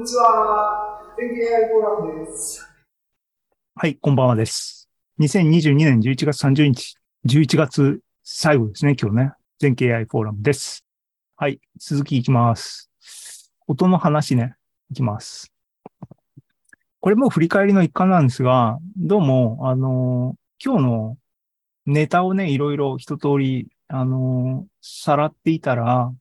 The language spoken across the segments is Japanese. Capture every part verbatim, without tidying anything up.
にちは。天気 エーアイ フォーラムです。 はい、こんばんはです。にせんにじゅうにねんじゅういちがつさんじゅうにち、じゅういちがつ最後ですね、今日ね。全景 エーアイ フォーラムです。はい、続きいきます。音の話ね、いきます。これも振り返りの一環なんですが、どうも、あのー今日のネタをね、いろいろ一通り、あのーさらっていたら、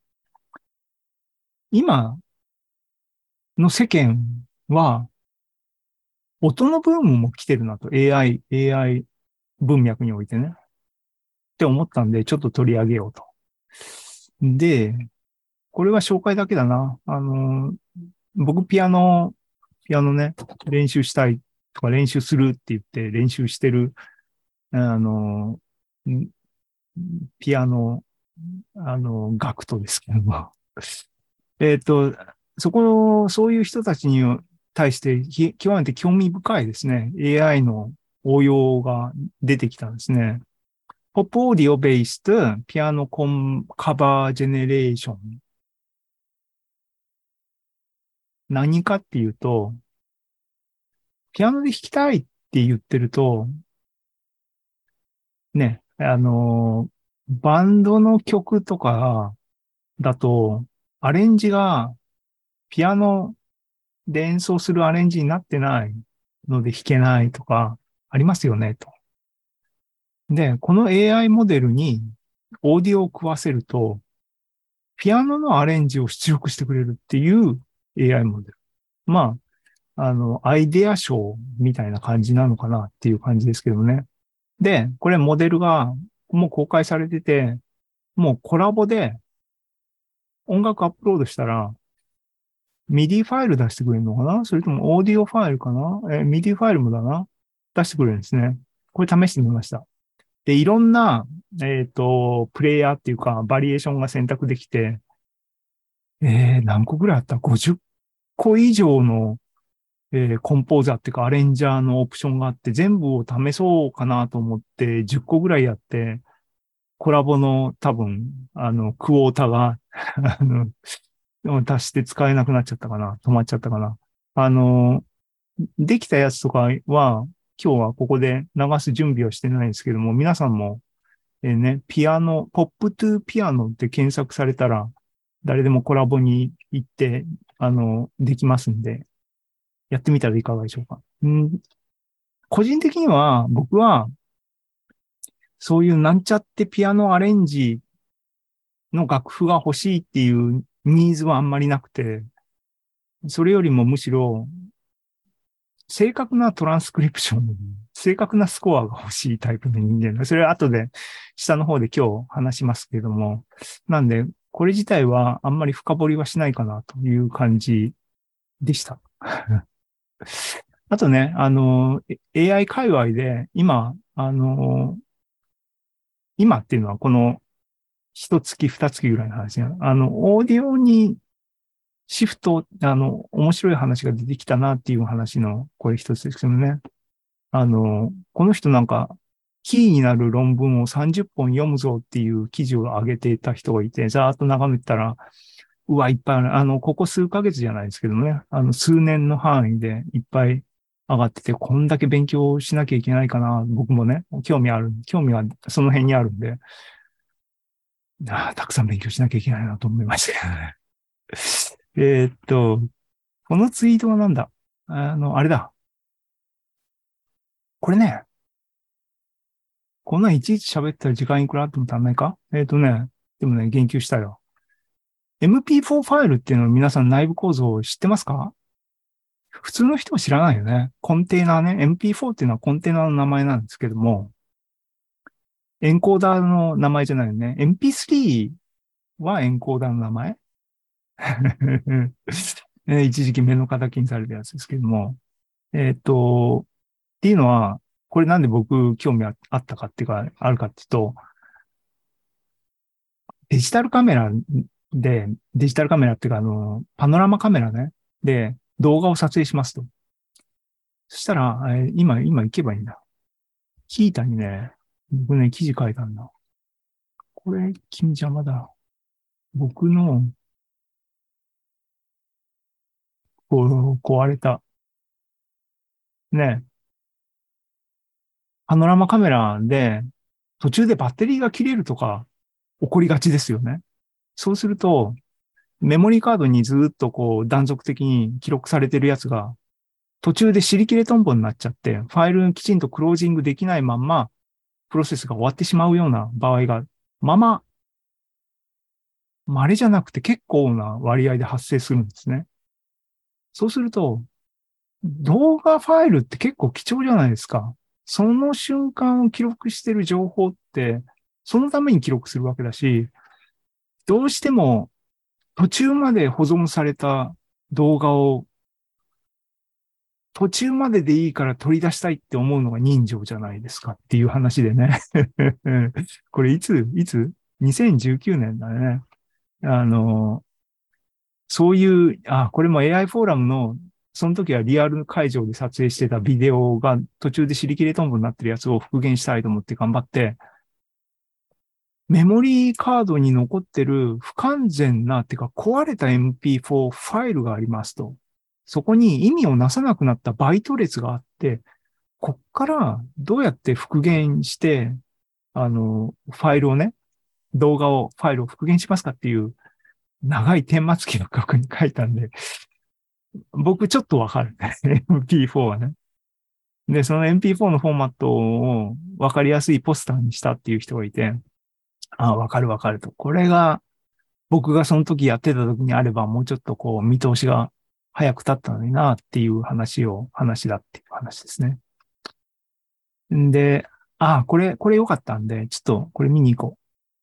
今の世間は、音のブームも来てるなと、エーアイ、エーアイ 文脈においてね、って思ったんで、ちょっと取り上げようと。で、これは紹介だけだな。あの、僕ピアノ、ピアノね、練習したいとか練習するって言って練習してる、あの、ピアノ、あの、学徒ですけども。えっと、そこの、そういう人たちに対してひ極めて興味深いですね。エーアイ の応用が出てきたんですね。ポップオーディオベースピアノコンカバージェネレーション。何かっていうと、ピアノで弾きたいって言ってると、ね、あの、バンドの曲とかだと、アレンジがピアノで演奏するアレンジになってないので弾けないとかありますよね、と。で、この エーアイ モデルにオーディオを食わせると、ピアノのアレンジを出力してくれるっていう エーアイ モデル。まあ、あの、アイデア賞みたいな感じなのかなっていう感じですけどね。で、これモデルがもう公開されてて、もうコラボで音楽アップロードしたら、ミディ ファイル出してくれるのかな、それともオーディオファイルかな、え、ミディ ファイルもだな出してくれるんですね。これ試してみました。で、いろんな、えっと、プレイヤーっていうか、バリエーションが選択できて、えー、何個ぐらいあった？ ごじゅっ 個以上の、えーコンポーザーっていうか、アレンジャーのオプションがあって、全部を試そうかなと思って、じゅっこぐらいやって、コラボの多分、あの、クォータがあの、足して使えなくなっちゃったかな。止まっちゃったかな。あの、できたやつとかは、今日はここで流す準備はしてないんですけども、皆さんも、えーね、ピアノ、ポップトゥーピアノって検索されたら、誰でもコラボに行って、あの、できますんで、やってみたらいかがでしょうか。うん、個人的には、僕は、そういうなんちゃってピアノアレンジの楽譜が欲しいっていうニーズはあんまりなくて、それよりもむしろ、正確なトランスクリプション、正確なスコアが欲しいタイプの人間だ。それは後で下の方で今日話しますけれども、なんで、これ自体はあんまり深掘りはしないかなという感じでした。あとね、あの、エーアイ 界隈で今、あの、今っていうのはこの一月二月ぐらいの話ね。あの、オーディオにシフト、あの、面白い話が出てきたなっていう話の、これ一つですけどね。あの、この人なんか、キーになる論文をさんじゅっぽん読むぞっていう記事を上げていた人がいて、ざーっと眺めてたら、うわ、いっぱいある。あの、ここ数ヶ月じゃないですけどもね、あの、数年の範囲でいっぱい上がってて、こんだけ勉強しなきゃいけないかな。僕もね、興味ある。興味はその辺にあるんで、ああ、たくさん勉強しなきゃいけないなと思いましたけどね。えーっと、このツイートはなんだ？あの、あれだ。これね、こんなんいちいち喋ったら時間いくらあっても足んないか？えーっとね、でもね、言及したよ。エムピーフォー フォーファイルっていうのを皆さん内部構造を知ってますか？普通の人は知らないよね。コンテーナーね。エムピーフォー っていうのはコンテーナーの名前なんですけども、エンコーダーの名前じゃないよね。エムピースリー はエンコーダーの名前ね、一時期目の敵にされたやつですけども。えっと、っていうのは、これなんで僕興味あったかっていうか、あるかっていうと、デジタルカメラで、デジタルカメラっていうか、あの、パノラマカメラね。で、動画を撮影しますと。そしたら、えー今、今行けばいいんだ。キータにね、僕ね、記事書いたんだ。これ、君邪魔だ。僕の、 こう、壊れた。ね。パノラマカメラで途中でバッテリーが切れるとか起こりがちですよね。そうすると、メモリーカードにずっとこう断続的に記録されてるやつが途中で尻切れトンボになっちゃって、ファイルきちんとクロージングできないまんま、プロセスが終わってしまうような場合が、まま、稀じゃなくて結構な割合で発生するんですね。そうすると、動画ファイルって結構貴重じゃないですか。その瞬間を記録してる情報って、そのために記録するわけだし、どうしても途中まで保存された動画を途中まででいいから取り出したいって思うのが人情じゃないですかっていう話でね。これいつ、いつ ?にせんじゅうきゅう 年だね。あの、そういう、あ、これも エーアイ フォーラムの、その時はリアル会場で撮影してたビデオが途中で尻切れトンボになってるやつを復元したいと思って頑張って、メモリーカードに残ってる不完全な、てか壊れた エムピーフォー ファイルがありますと。そこに意味をなさなくなったバイト列があって、こっからどうやって復元して、あの、ファイルをね、動画を、ファイルを復元しますかっていう長い顛末記の書に書いたんで、僕ちょっとわかるね。エムピーフォー はね。で、その エムピーフォー のフォーマットをわかりやすいポスターにしたっていう人がいて、ああ、わかるわかると。これが僕がその時やってた時にあればもうちょっとこう見通しが早く立ったのになっていう話を、話だっていう話ですね。んで、ああ、これ、これ良かったんで、ちょっとこれ見に行こ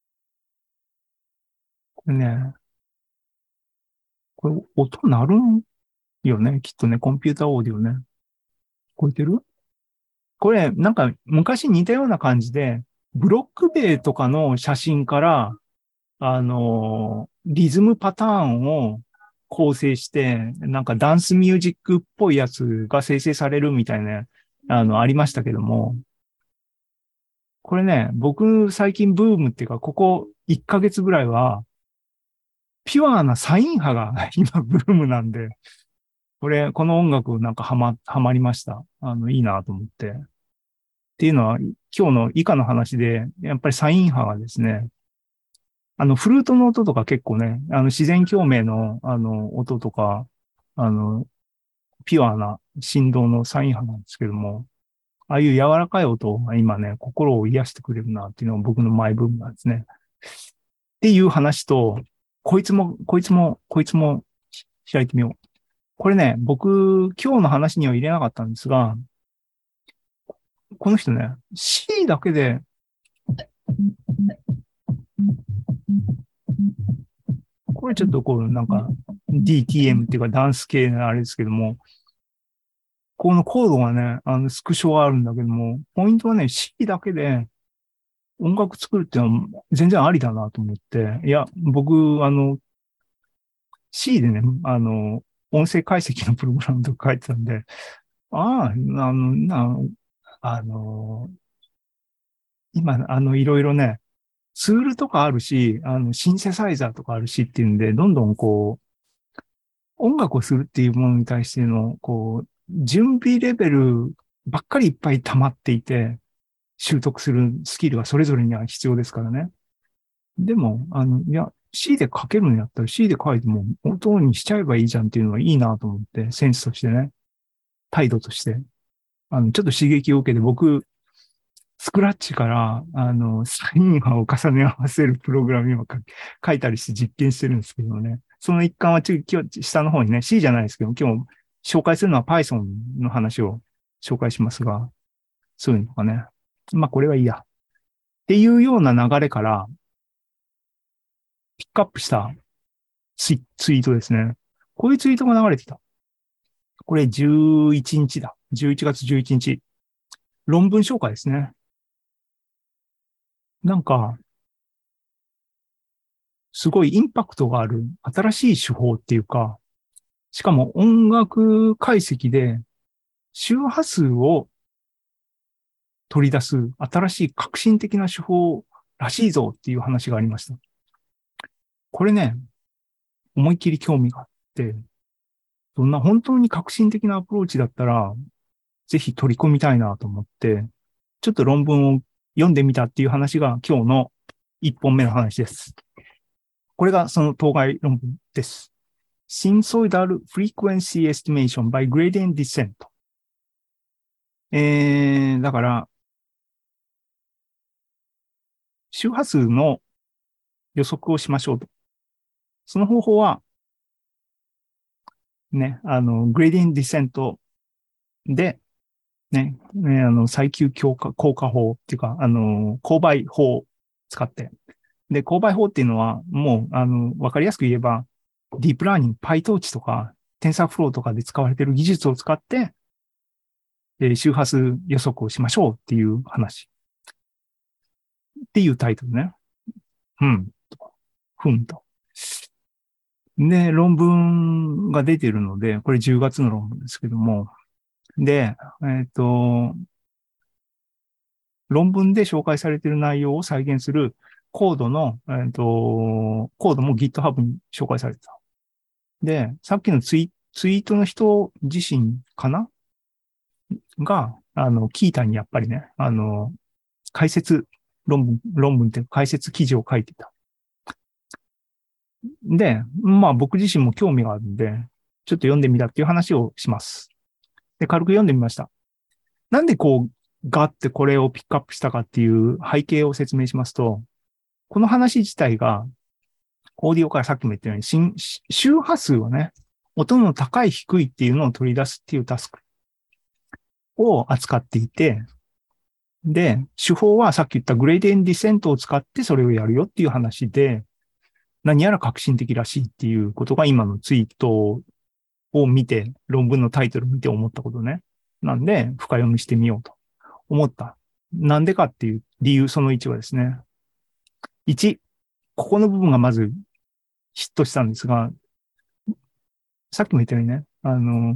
う。これね、これ音鳴るんよね。きっとね、コンピューターオーディオね。聞こえてる？これ、なんか昔似たような感じで、ブロック塀とかの写真から、あの、リズムパターンを構成して、なんかダンスミュージックっぽいやつが生成されるみたいな、あの、ありましたけども、これね、僕最近ブームっていうか、ここいっかげつぐらいは、ピュアなサイン波が今ブームなんで、これ、この音楽なんかハマ、ハマりました。あの、いいなと思って。っていうのは、今日の以下の話で、やっぱりサイン波がですね、あの、フルートの音とか結構ね、あの、自然共鳴の、あの、音とか、あの、ピュアな振動のサイン波なんですけども、ああいう柔らかい音が今ね、心を癒してくれるなっていうのが僕のマイブームなんですね。っていう話と、こいつも、こいつも、こいつも開いてみよう。これね、僕、今日の話には入れなかったんですが、この人ね、C だけで、これちょっとこう、なんか、ディーティーエム っていうかダンス系のあれですけども、このコードがね、あの、スクショがあるんだけども、ポイントはね、C だけで音楽作るっていうのは全然ありだなと思って、いや、僕、あの、C でね、あの、音声解析のプログラムとか書いてたんで、ああ、あの、な、あの、今、あの、いろいろね、ツールとかあるし、あの、シンセサイザーとかあるしっていうんで、どんどんこう、音楽をするっていうものに対しての、こう、準備レベルばっかりいっぱい溜まっていて、習得するスキルはそれぞれには必要ですからね。でも、あの、いや、C で書けるんやったら C で書いても音にしちゃえばいいじゃんっていうのはいいなと思って、センスとしてね、態度として、あの、ちょっと刺激を受けて僕、スクラッチから、あの、サイン波を重ね合わせるプログラム今書いたりして実験してるんですけどね。その一環はち今日下の方にね、C じゃないですけど、今日紹介するのは Python の話を紹介しますが、そういうのかね。まあこれはいいや。っていうような流れからピックアップしたツイツイートですね。こういうツイートが流れてきた。これじゅういちにちだ。じゅういちがつじゅういちにち。論文紹介ですね。なんか、すごいインパクトがある新しい手法っていうか、しかも音楽解析で周波数を取り出す新しい革新的な手法らしいぞっていう話がありました。これね、思いっきり興味があって、 そんな本当に革新的なアプローチだったら、ぜひ取り込みたいなと思って、ちょっと論文を読んでみたっていう話が今日のいっぽんめの話です。これがその当該論文です。Sinusoidal Frequency Estimation by Gradient Descent。えー、だから、周波数の予測をしましょうと。その方法は、ね、あの、グレーディエントディセントで、ね、ね、あの、最級強化、効果法っていうか、あの、勾配法を使って。で、勾配法っていうのは、もう、あの、わかりやすく言えば、ディープラーニング、PyTorch とか、TensorFlow とかで使われている技術を使って、えー周波数予測をしましょうっていう話。っていうタイトルね。うん。ふんと。で、論文が出てるので、これじゅうがつの論文ですけども、で、えっと、論文で紹介されている内容を再現するコードの、えっと、コードも GitHub に紹介されてた。で、さっきのツイ、ツイートの人自身かなが、あの、キータにやっぱりね、あの、解説論文、論文っていうか解説記事を書いてた。で、まあ僕自身も興味があるんで、ちょっと読んでみたっていう話をします。で、軽く読んでみました。なんでこう、ガってこれをピックアップしたかっていう背景を説明しますと、この話自体が、オーディオからさっきも言ったように、周波数をね、音の高い低いっていうのを取り出すっていうタスクを扱っていて、で、手法はさっき言ったグレーディエントディセントを使ってそれをやるよっていう話で、何やら革新的らしいっていうことが今のツイートを見て、論文のタイトルを見て思ったことね。なんで、深読みしてみようと思った。なんでかっていう理由そのいちはですね。いち、ここの部分がまずヒットしたんですが、さっきも言ったようにね、あの、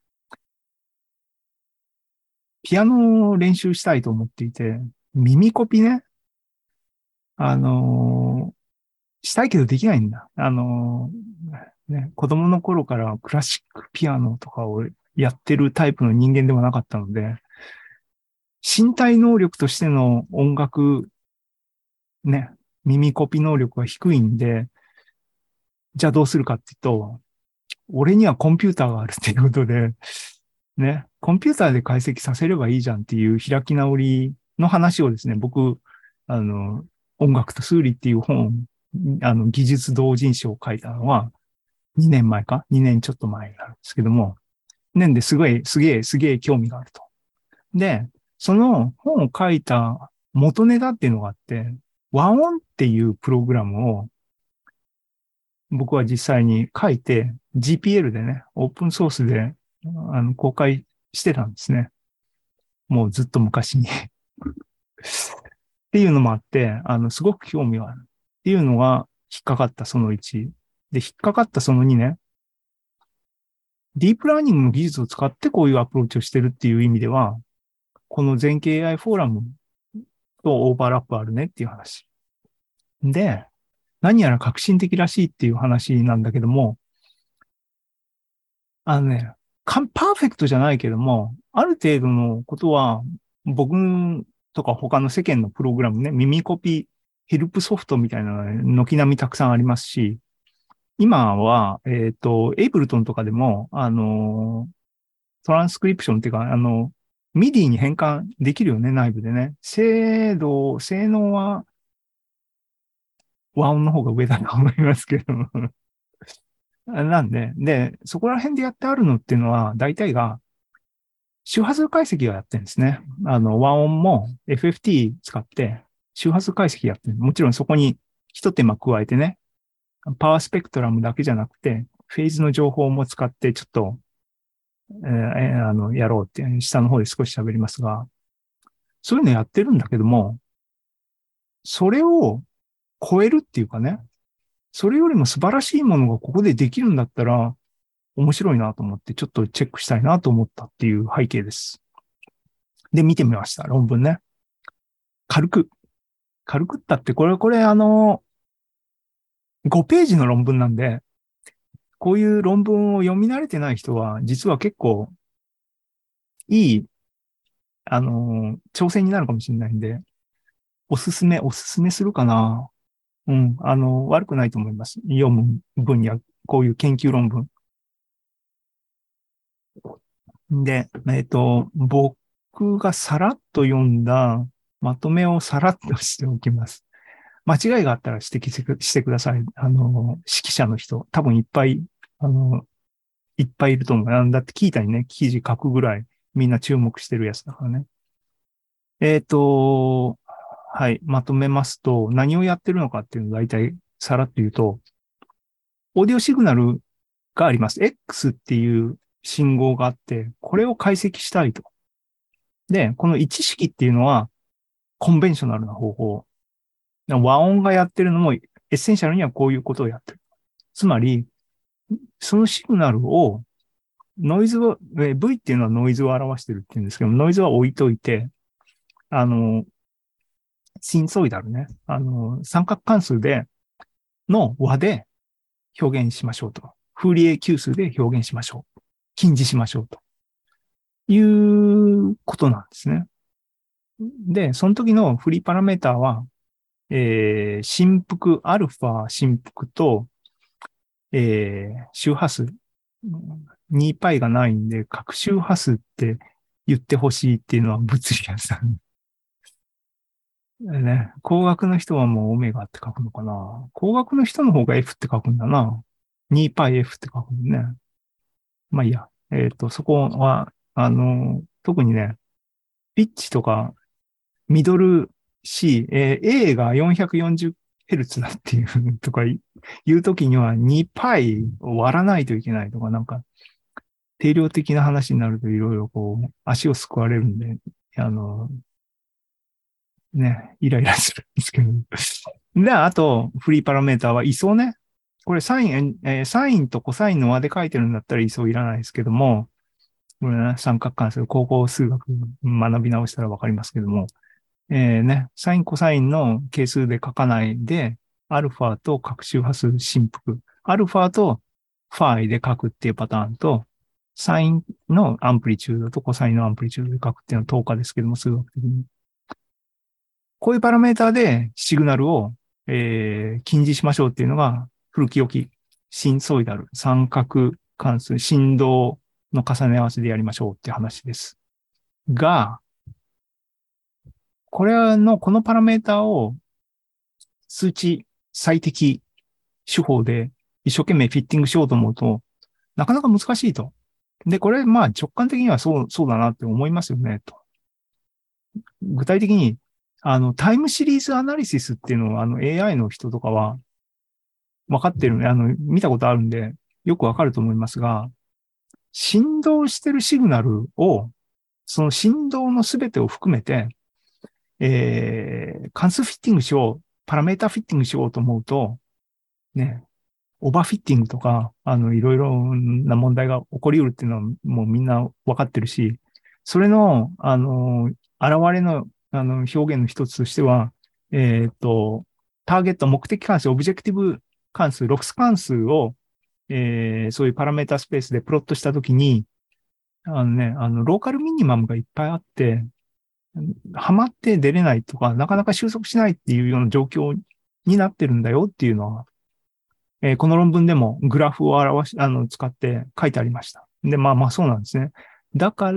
ピアノを練習したいと思っていて、耳コピね、あの、したいけどできないんだ。あの、ね、子供の頃からクラシックピアノとかをやってるタイプの人間ではなかったので、身体能力としての音楽、ね、耳コピ能力が低いんで、じゃあどうするかっていうと、俺にはコンピューターがあるっていうことで、ね、コンピューターで解析させればいいじゃんっていう開き直りの話をですね、僕、あの、音楽と数理っていう本、あの、技術同人誌を書いたのはにねんまえか ?に 年ちょっと前になるんですけども、年ですごい、すげえ、すげえ興味があると。で、その本を書いた元ネタっていうのがあって、和音っていうプログラムを僕は実際に書いて ジーピーエル でね、オープンソースであの公開してたんですね。もうずっと昔にっていうのもあって、あの、すごく興味があるっていうのが引っかかったそのいち。で、引っかかったそのにね、ディープラーニングの技術を使ってこういうアプローチをしてるっていう意味では、この全景 エーアイ フォーラムとオーバーラップあるねっていう話。で、何やら革新的らしいっていう話なんだけども、あのね、パーフェクトじゃないけども、ある程度のことは、僕とか他の世間のプログラムね、耳コピヘルプソフトみたいなのが軒並みたくさんありますし、今は、えっと、エイブルトンとかでも、あの、トランスクリプションっていうか、あの、ミディ に変換できるよね、内部でね。精度、性能は和音の方が上だと思いますけどもなんで、で、そこら辺でやってあるのっていうのは、大体が、周波数解析をやってるんですね。あの、和音も エフエフティー 使って周波数解析やってる。もちろんそこに一手間加えてね、パワースペクトラムだけじゃなくて、フェーズの情報も使ってちょっと、えー、あの、やろうって、下の方で少し喋りますが、そういうのやってるんだけども、それを超えるっていうかね、それよりも素晴らしいものがここでできるんだったら、面白いなと思って、ちょっとチェックしたいなと思ったっていう背景です。で、見てみました。論文ね。軽く。軽くったって、これ、これ、あの、ごページの論文なんで、 こういう論文を読み慣れてない人は、実は結構いい、あの、挑戦になるかもしれないんで、おすすめ、おすすめするかな。うん、あの、悪くないと思います。読む分野、こういう研究論文。で、えっと、僕がさらっと読んだまとめをさらっとしておきます。間違いがあったら指摘してくしてください。あの、指揮者の人、多分いっぱい、あの、いっぱいいると思う。あだって聞いたにね、記事書くぐらいみんな注目してるやつだからね。えっと、はい、まとめますと、何をやってるのかっていうのを大体さらっと言うと、オーディオシグナルがあります。X っていう信号があって、これを解析したいと。で、この一式っていうのは、コンベンショナルな方法。和音がやってるのも、エッセンシャルにはこういうことをやってる。つまり、そのシグナルを、ノイズを、え V っていうのはノイズを表してるっていうんですけど、ノイズは置いといて、あの、シンソイダルね。あの、三角関数で、の和で表現しましょうと。フーリエ級数で表現しましょう。近似しましょうということなんですね。で、その時のフリーパラメータは、えー、振幅、アルファ振幅と、えー、周波数。にパイがないんで、各周波数って言ってほしいっていうのは物理学さん。ね、工学の人はもうオメガって書くのかな。工学の人の方が F って書くんだな。にパイエフって書くんね。まあいいや。えっと、そこは、あの、特にね、ピッチとかミドル C、えー A が よんひゃくよんじゅうヘルツ だっていうとか言うときには にパイ を割らないといけないとか、なんか定量的な話になるといろいろこう足をすくわれるんで、あの、ね、イライラするんですけど。で、あと、フリーパラメーターは位相ね。これサイン、えーサインとコサインの和で書いてるんだったら位相いらないですけども、これね、三角関数、高校数学学び直したらわかりますけども、えーね、サイン、コサインの係数で書かないで、アルファと各周波数振幅、アルファとファイで書くっていうパターンと、サインのアンプリチュードとコサインのアンプリチュードで書くっていうのは等価ですけども、数学的に。こういうパラメーターでシグナルを、えー、近似しましょうっていうのが、古き良きシンソイダル、三角関数、振動の重ね合わせでやりましょうっていう話です。が、これの、このパラメーターを数値最適手法で一生懸命フィッティングしようと思うと、なかなか難しいと。で、これ、まあ直感的にはそう、そうだなって思いますよね、と。具体的に、あの、タイムシリーズアナリシスっていうのは、あの、エーアイ の人とかは分かってるね。あの、見たことあるんで、よくわかると思いますが、振動してるシグナルを、その振動のすべてを含めて、えー、関数フィッティングしよう、パラメータフィッティングしようと思うと、ね、オーバーフィッティングとか、あの、いろいろな問題が起こり得るっていうのはもうみんな分かってるし、それの、あの、現れの、あの、表現の一つとしては、えっと、ターゲット、目的関数、オブジェクティブ関数、ロス関数を、えーそういうパラメータスペースでプロットしたときに、あのね、あの、ローカルミニマムがいっぱいあって、はまって出れないとか、なかなか収束しないっていうような状況になってるんだよっていうのは、えーこの論文でもグラフを表し、あの、使って書いてありました。で、まあまあそうなんですね。だから、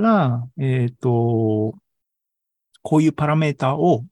えっと、こういうパラメータを、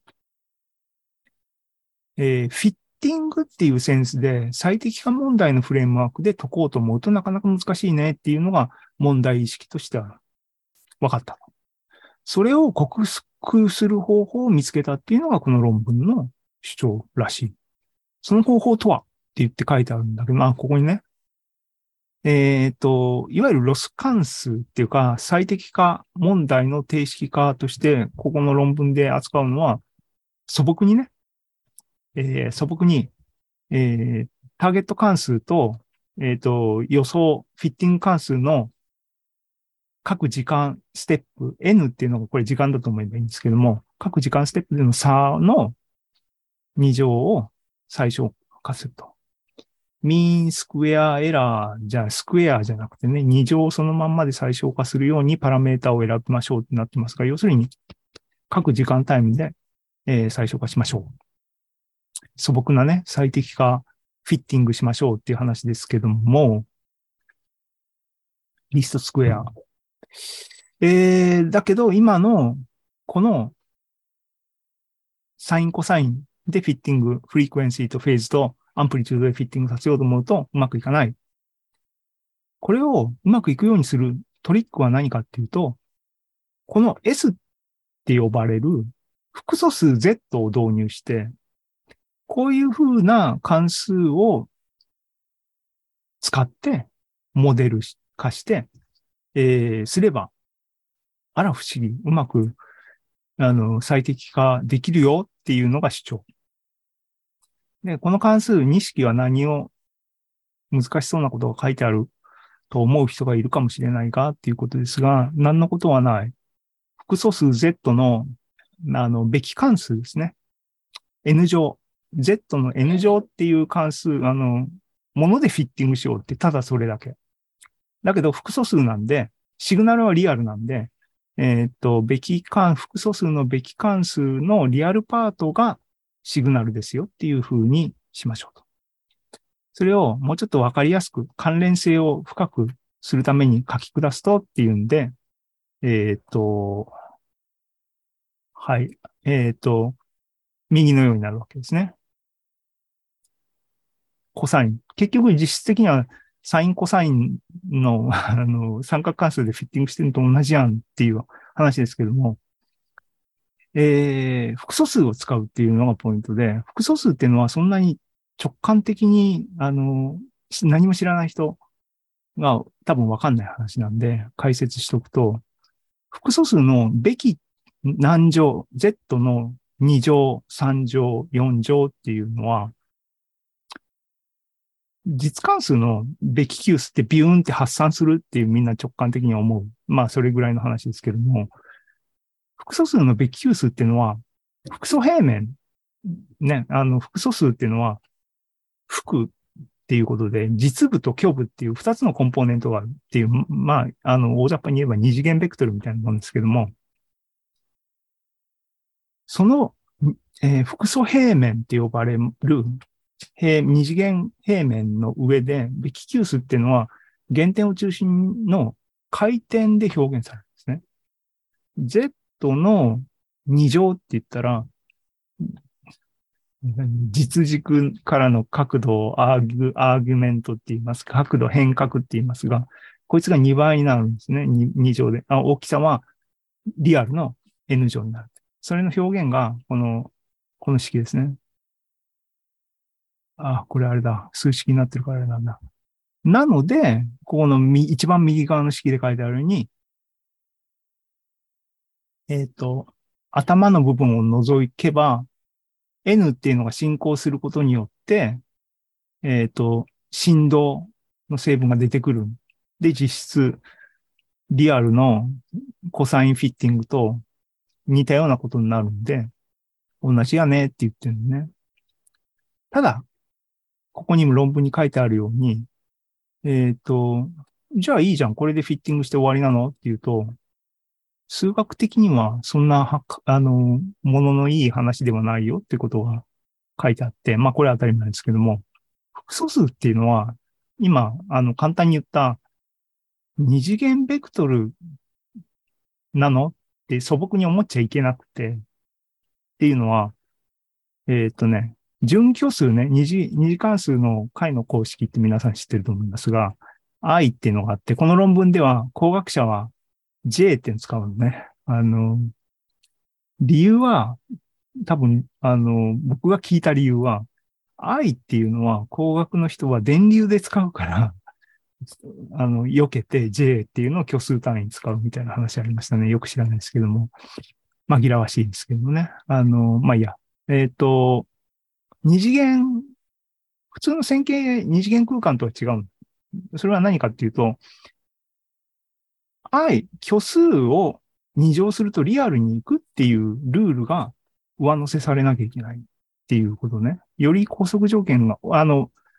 えーフィッティングっていうセンスで最適化問題のフレームワークで解こうと思うとなかなか難しいねっていうのが問題意識としては分かった。それを克服する方法を見つけたっていうのがこの論文の主張らしい。その方法とはって言って書いてあるんだけど、まあここにね、えっと、いわゆるロス関数っていうか、最適化問題の定式化として、ここの論文で扱うのは、素朴にね、えー素朴に、えーターゲット関数と、えっと、予想、フィッティング関数の各時間ステップ、N っていうのがこれ時間だと思えばいいんですけども、各時間ステップでの差のに乗を最小化すると。 ミーンスクエアエラーじゃ、スクエアじゃなくてね、二乗をそのまんまで最小化するようにパラメータを選びましょうってなってますが、要するに各時間タイムで、えー最小化しましょう。素朴なね、最適化、フィッティングしましょうっていう話ですけども、リストスクエア。えー、だけど今の、このサインコサインでフィッティング、フリークエンシーとフェーズとアンプリチュードでフィッティングさせようと思うとうまくいかない。これをうまくいくようにするトリックは何かっていうと、この S って呼ばれる複素数 Z を導入して、こういう風な関数を使ってモデル化して、えー、すれば、あら不思議、うまく、あの、最適化できるよっていうのが主張。で、この関数に式は何を難しそうなことが書いてあると思う人がいるかもしれないがっていうことですが、何のことはない。複素数 Z の、あの、べき関数ですね。N 乗。Z の N 乗っていう関数、あの、ものでフィッティングしようって、ただそれだけ。だけど、複素数なんで、シグナルはリアルなんで、えーっと、べき関、複素数のべき関数のリアルパートがシグナルですよっていう風にしましょうと。それをもうちょっとわかりやすく関連性を深くするために書き下すとっていうんで、えーっと、はい。えーっと、右のようになるわけですね。コサイン。結局実質的にはサインコサインの、あの、三角関数でフィッティングしてるのと同じやんっていう話ですけども、えー、複素数を使うっていうのがポイントで、複素数っていうのはそんなに直感的に、あの、何も知らない人が多分わかんない話なんで、解説しとくと、複素数のべき何乗、Z のに乗、さん乗、よん乗っていうのは、実関数のべき級数ってビューンって発散するっていうみんな直感的に思う。まあ、それぐらいの話ですけども、複素数のべき級数っていうのは、複素平面、ね、あの、複素数っていうのは、複っていうことで、実部と虚部っていう二つのコンポーネントがあるっていう、まあ、あの、大雑把に言えば二次元ベクトルみたいなもんですけども、その、えー複素平面って呼ばれる平二次元平面の上で、べき級数っていうのは、原点を中心の回転で表現されるんですね。Z のに乗って言ったら、実軸からの角度をアーギュ、アーギュメントって言いますか、角度変革って言いますが、こいつがにばいになるんですね。に, に乗で。あ、大きさはリアルの N 乗になる。それの表現が、この、この式ですね。あ、これあれだ。数式になってるからあれなんだ。なので、ここのみ一番右側の式で書いてあるように、えっと、頭の部分を除けば、N っていうのが進行することによって、えっと、振動の成分が出てくる。で、実質、リアルのコサインフィッティングと似たようなことになるんで、同じやねって言ってるのね。ただ、ここにも論文に書いてあるように、えっと、じゃあいいじゃん、これでフィッティングして終わりなのっていうと、数学的にはそんなは、あの、もののいい話ではないよってことが書いてあって、まあこれは当たり前ですけども、複素数っていうのは、今、あの、簡単に言った二次元ベクトルなのって素朴に思っちゃいけなくて、っていうのは、えーっとね、準拠数ね、二次、二次関数の解の公式って皆さん知ってると思いますが、I っていうのがあって、この論文では工学者は J っていうのを使うのね。あの、理由は、多分、あの、僕が聞いた理由は、I っていうのは工学の人は電流で使うから、あの、避けて J っていうのを虚数単位に使うみたいな話ありましたね。よく知らないですけども。紛らわしいですけどもね。あの、まあ、いいや。えっと、二次元、普通の線形二次元空間とは違う。それは何かっていうと、I、虚数を二乗するとリアルに行くっていうルールが上乗せされなきゃいけないっていうことね。より拘束条件が、あの、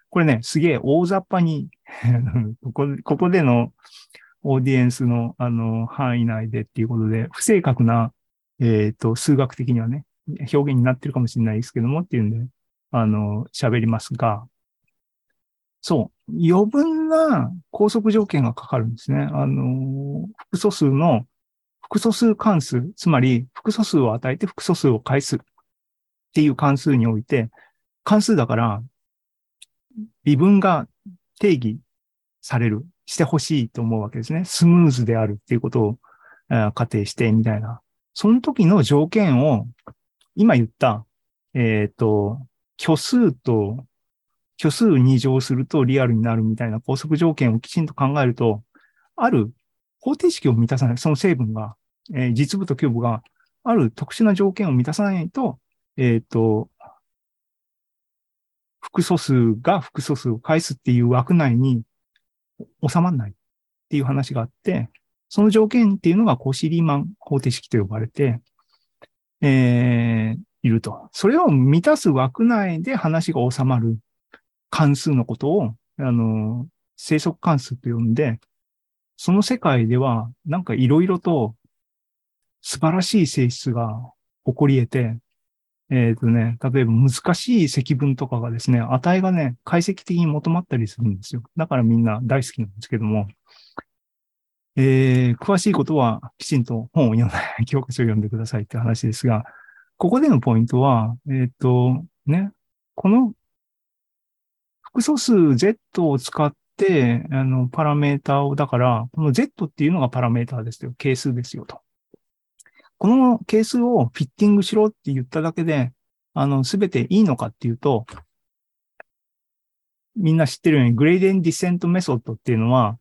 これね、すげえ大雑把にここ、ここでのオーディエンスの、あの、範囲内でっていうことで、不正確な、えっと、数学的にはね、表現になってるかもしれないですけどもっていうんで、あの、喋りますが、そう、余分な拘束条件がかかるんですね。あの、複素数の、複素数関数、つまり複素数を与えて複素数を返すっていう関数において、関数だから微分が定義される、してほしいと思うわけですね。スムーズであるっていうことを、えー仮定してみたいな。その時の条件を、今言った、えっと、虚数と、虚数に乗するとリアルになるみたいな拘束条件をきちんと考えると、ある方程式を満たさない、その成分が、えー実部と虚部がある特殊な条件を満たさないと、えっと、複素数が複素数を返すっていう枠内に収まらないっていう話があって、その条件っていうのがコシー・リーマン方程式と呼ばれて、えー、いると。それを満たす枠内で話が収まる関数のことを、あの、生息関数と呼んで、その世界では、なんかいろいろと素晴らしい性質が起こり得て、えっとね、例えば難しい積分とかがですね、値がね、解析的に求まったりするんですよ。だからみんな大好きなんですけども、えー、詳しいことはきちんと本を読んで、教科書を読んでくださいって話ですが、ここでのポイントは、えっと、ね、この複素数 Z を使って、あの、パラメータを、だから、この Z っていうのがパラメータですよ。係数ですよと。この係数をフィッティングしろって言っただけで、あの、すべていいのかっていうと、みんな知ってるように、グレーデンディセントメソッドっていうのは、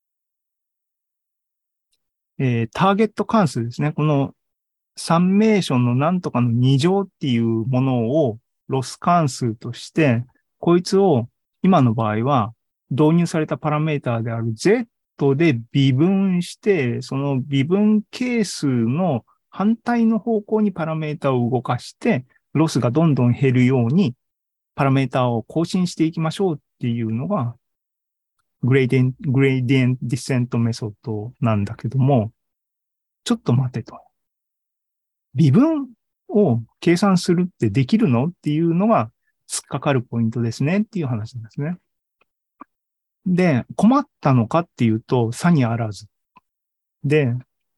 えー、ターゲット関数ですね。このサンメーションのなんとかのに乗っていうものをロス関数として、こいつを今の場合は導入されたパラメータである Z で微分して、その微分係数の反対の方向にパラメータを動かして、ロスがどんどん減るようにパラメータを更新していきましょうっていうのがグレーディエント、グレーディエントディセントメソッドなんだけども、ちょっと待てと。微分を計算するってできるのっていうのが突っかかるポイントですねっていう話なんですね。で、困ったのかっていうと、さにあらず。で、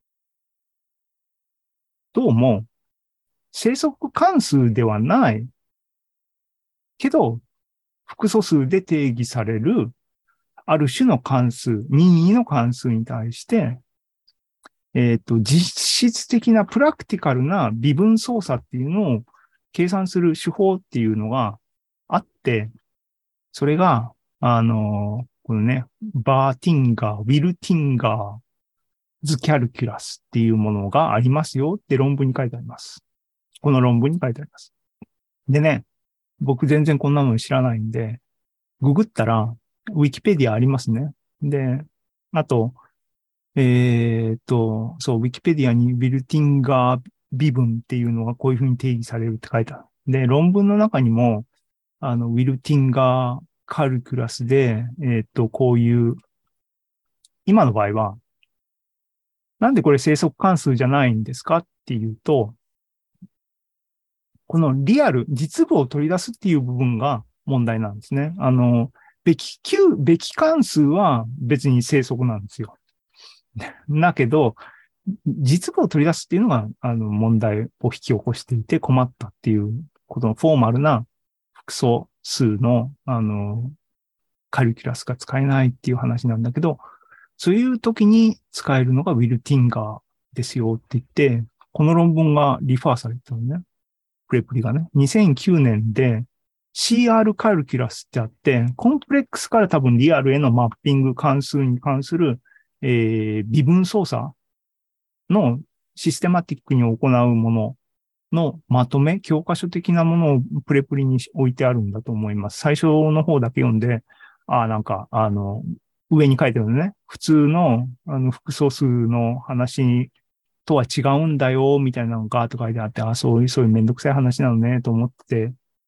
どうも、生息関数ではないけど、複素数で定義される、ある種の関数、任意の関数に対して、えっと、実質的なプラクティカルな微分操作っていうのを計算する手法っていうのがあって、それが、あの、このね、バーティンガー、ウィルティンガーズキャルキュラスっていうものがありますよって論文に書いてあります。この論文に書いてあります。でね、僕全然こんなの知らないんで、ググったら、ウィキペディアありますね。で、あと、えーっと、そう、ウィキペディアにウィルティンガー微分っていうのがこういうふうに定義されるって書いてある。で、論文の中にも、あの、ウィルティンガーカルクラスで、えーっと、こういう、今の場合は、なんでこれ生息関数じゃないんですかっていうと、このリアル、実部を取り出すっていう部分が問題なんですね。あの、べき、級、べき関数は別に生息なんですよ。だけど、実部を取り出すっていうのが、あの、問題を引き起こしていて困ったっていう、このフォーマルな複素数の、あの、カルキュラスが使えないっていう話なんだけど、そういう時に使えるのがウィルティンガーですよって言って、この論文がリファーされてたのね。プレプリがね。にせんきゅうねんで シーアール カルキュラスってあって、コンプレックスから多分リアルへのマッピング関数に関する、えー、微分操作のシステマティックに行うもののまとめ、教科書的なものをプレプリに置いてあるんだと思います。最初の方だけ読んで、ああ、なんか、あの、上に書いてあるのね。普通の、あの、複素数の話とは違うんだよ、みたいなのがガーッと書いてあって、ああ、そういう、そういうめんどくさい話なのね、と思って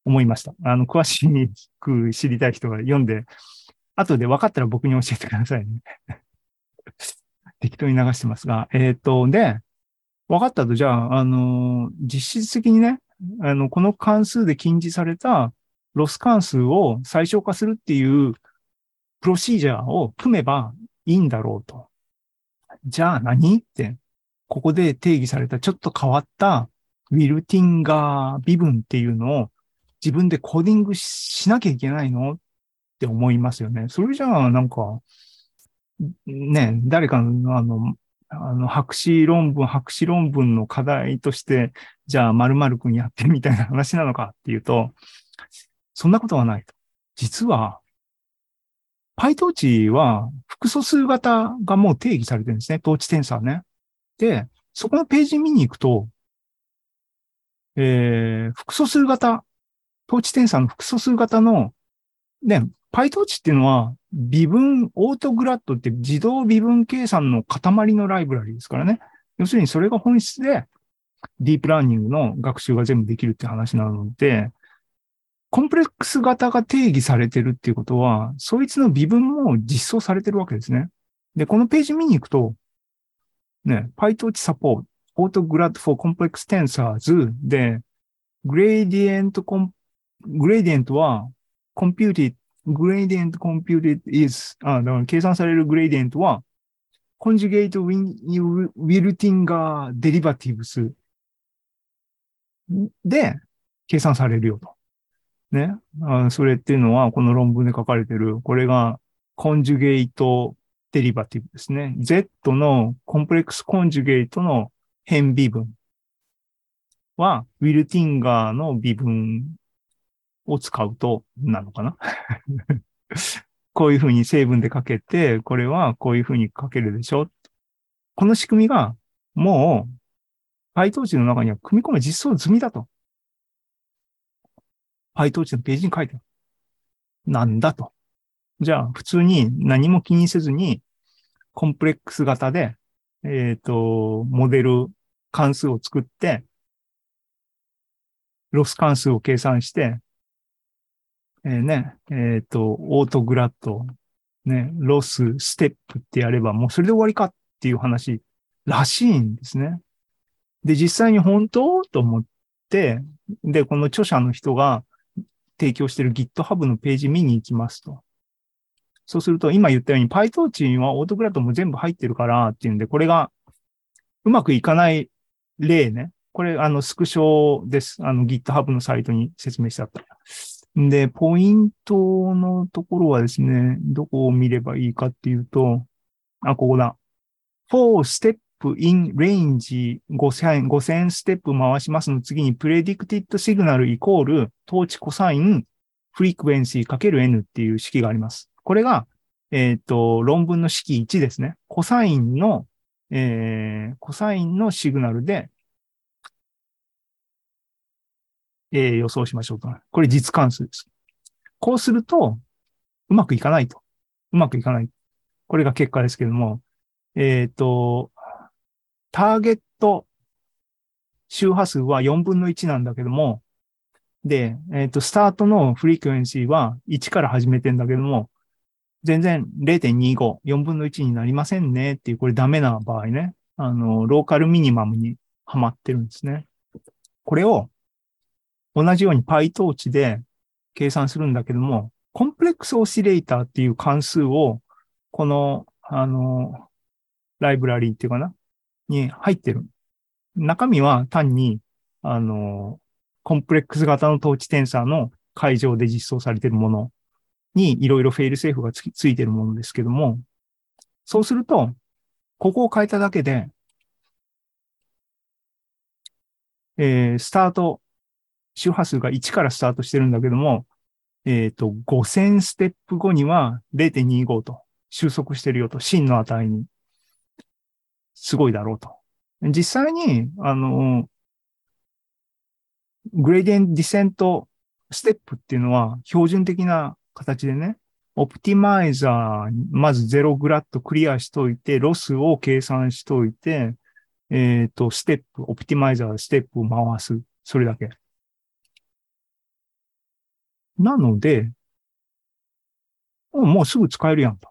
思いました。あの、詳しく知りたい人が読んで、後で分かったら僕に教えてくださいね。適当に流してますが。えっと、で、分かったと、じゃあ、あの、実質的にね、あの、この関数で禁じされたロス関数を最小化するっていうプロシージャーを組めばいいんだろうと。じゃあ何って、ここで定義されたちょっと変わったウィルティンガー微分っていうのを自分でコーディングしなきゃいけないのって思いますよね。それじゃあなんか、ね、誰かのあの、あの、博士論文、博士論文の課題として、じゃあ〇〇くんやってみたいな話なのかっていうと、そんなことはないと。実は、PyTorch は複素数型がもう定義されてるんですね。トーチテンサーね。で、そこのページ見に行くと、えー、複素数型、トーチテンサーの複素数型の、ね、PyTorch っていうのは、微分、オートグラッドって自動微分計算の塊のライブラリですからね。要するにそれが本質で、ディープラーニングの学習が全部できるって話なので、コンプレックス型が定義されてるっていうことは、そいつの微分も実装されてるわけですね。で、このページ見に行くと、ね、PyTorch support, AutoGrad for complex tensors で、gradient, gradient は computed, gradient computed is, あ、だから計算される gradient は conjugate Wiltinger derivatives で計算されるよと。ね。あ、それっていうのは、この論文で書かれている、これが、コンジュゲートデリバティブですね。Z のコンプレックスコンジュゲートの変微分は、ウィルティンガーの微分を使うと、なのかなこういうふうに成分で書けて、これはこういうふうに書けるでしょ。この仕組みが、もう、PyTorch の中には組み込む実装済みだと。PyTorch のページに書いてある。なんだと。じゃあ、普通に何も気にせずに、コンプレックス型で、えっと、モデル関数を作って、ロス関数を計算して、えー、ね、えっと、オートグラッド、ね、ロス、ステップってやれば、もうそれで終わりかっていう話らしいんですね。で、実際に本当と思って、で、この著者の人が提供している GitHub のページ見に行きますと。そうすると、今言ったように PyTorch にはオートグラッドも全部入ってるからっていうんで、これがうまくいかない例ね。これ、あの、スクショです。あの、GitHub のサイトに説明してあった。で、ポイントのところはですね、どこを見ればいいかっていうと、あ、ここだ。for step in range ごせん、ごせんステップ回しますの次に predicted signal イコール統治コサイン frequency かける n っていう式があります。これが、えっと、論文の式いちですね。コサインの、えー、コサインのシグナルで、えー予想しましょうと。これ実関数です。こうすると、うまくいかないと。うまくいかない。これが結果ですけども、えっと、ターゲット周波数はよんぶんのいちなんだけども、で、えっと、スタートのフリクエンシーはいちから始めてんだけども、全然 れいてんにご、よんぶんのいちになりませんねっていう、これダメな場合ね。あの、ローカルミニマムにはまってるんですね。これを同じように PyTorch で計算するんだけども、コンプレックスオシレーターっていう関数を、この、あの、ライブラリーっていうかな、に入ってる。中身は単に、あの、コンプレックス型の統治テンサーの会場で実装されているものにいろいろフェイルセーフがつついているものですけども、そうすると、ここを変えただけで、えー、スタート、周波数がいちからスタートしてるんだけども、えっと、ごせんステップ後には れいてんにご と収束してるよと、真の値に。すごいだろうと。実際に、あの、グレーディエントディセントステップっていうのは標準的な形でね、オプティマイザー、まずゼログラッとクリアしといて、ロスを計算しといて、えっと、ステップ、オプティマイザー、ステップを回す。それだけ。 なので、もうすぐ使えるやんと。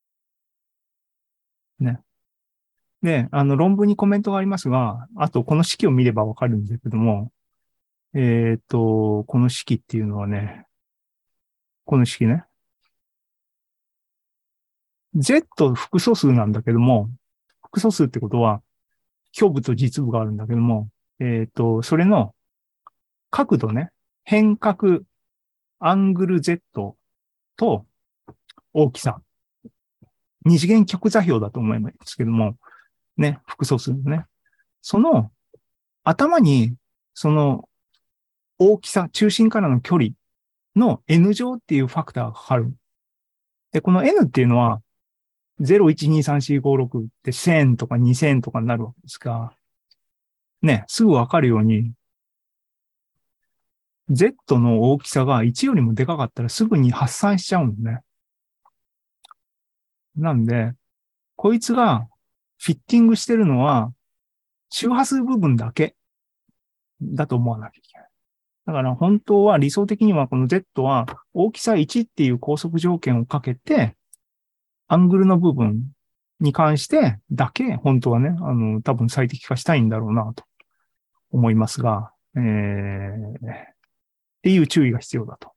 ね。で、あの論文にコメントがありますが、あとこの式を見ればわかるんですけども、えっと、この式っていうのはね、この式ね。Z 複素数なんだけども、複素数ってことは、虚部と実部があるんだけども、えっと、それの角度ね、変角、アングル Z と大きさ、二次元極座標だと思えばいいんですけども、ね、複素数のね。その頭に、その大きさ、中心からの距離の N 乗っていうファクターがかかる。で、この N っていうのは、ゼロ、いち、に、さん、よん、ご、ろくってせんとかにせんとかになるわけですが、ね、すぐわかるように、Z の大きさがいちよりもでかかったらすぐに発散しちゃうんね。なんで、こいつがフィッティングしてるのは周波数部分だけだと思わなきゃいけない。だから本当は理想的にはこの Z は大きさいちっていう拘束条件をかけて、アングルの部分に関してだけ本当はね、あの、多分最適化したいんだろうなと思いますが、えー、っていう注意が必要だと。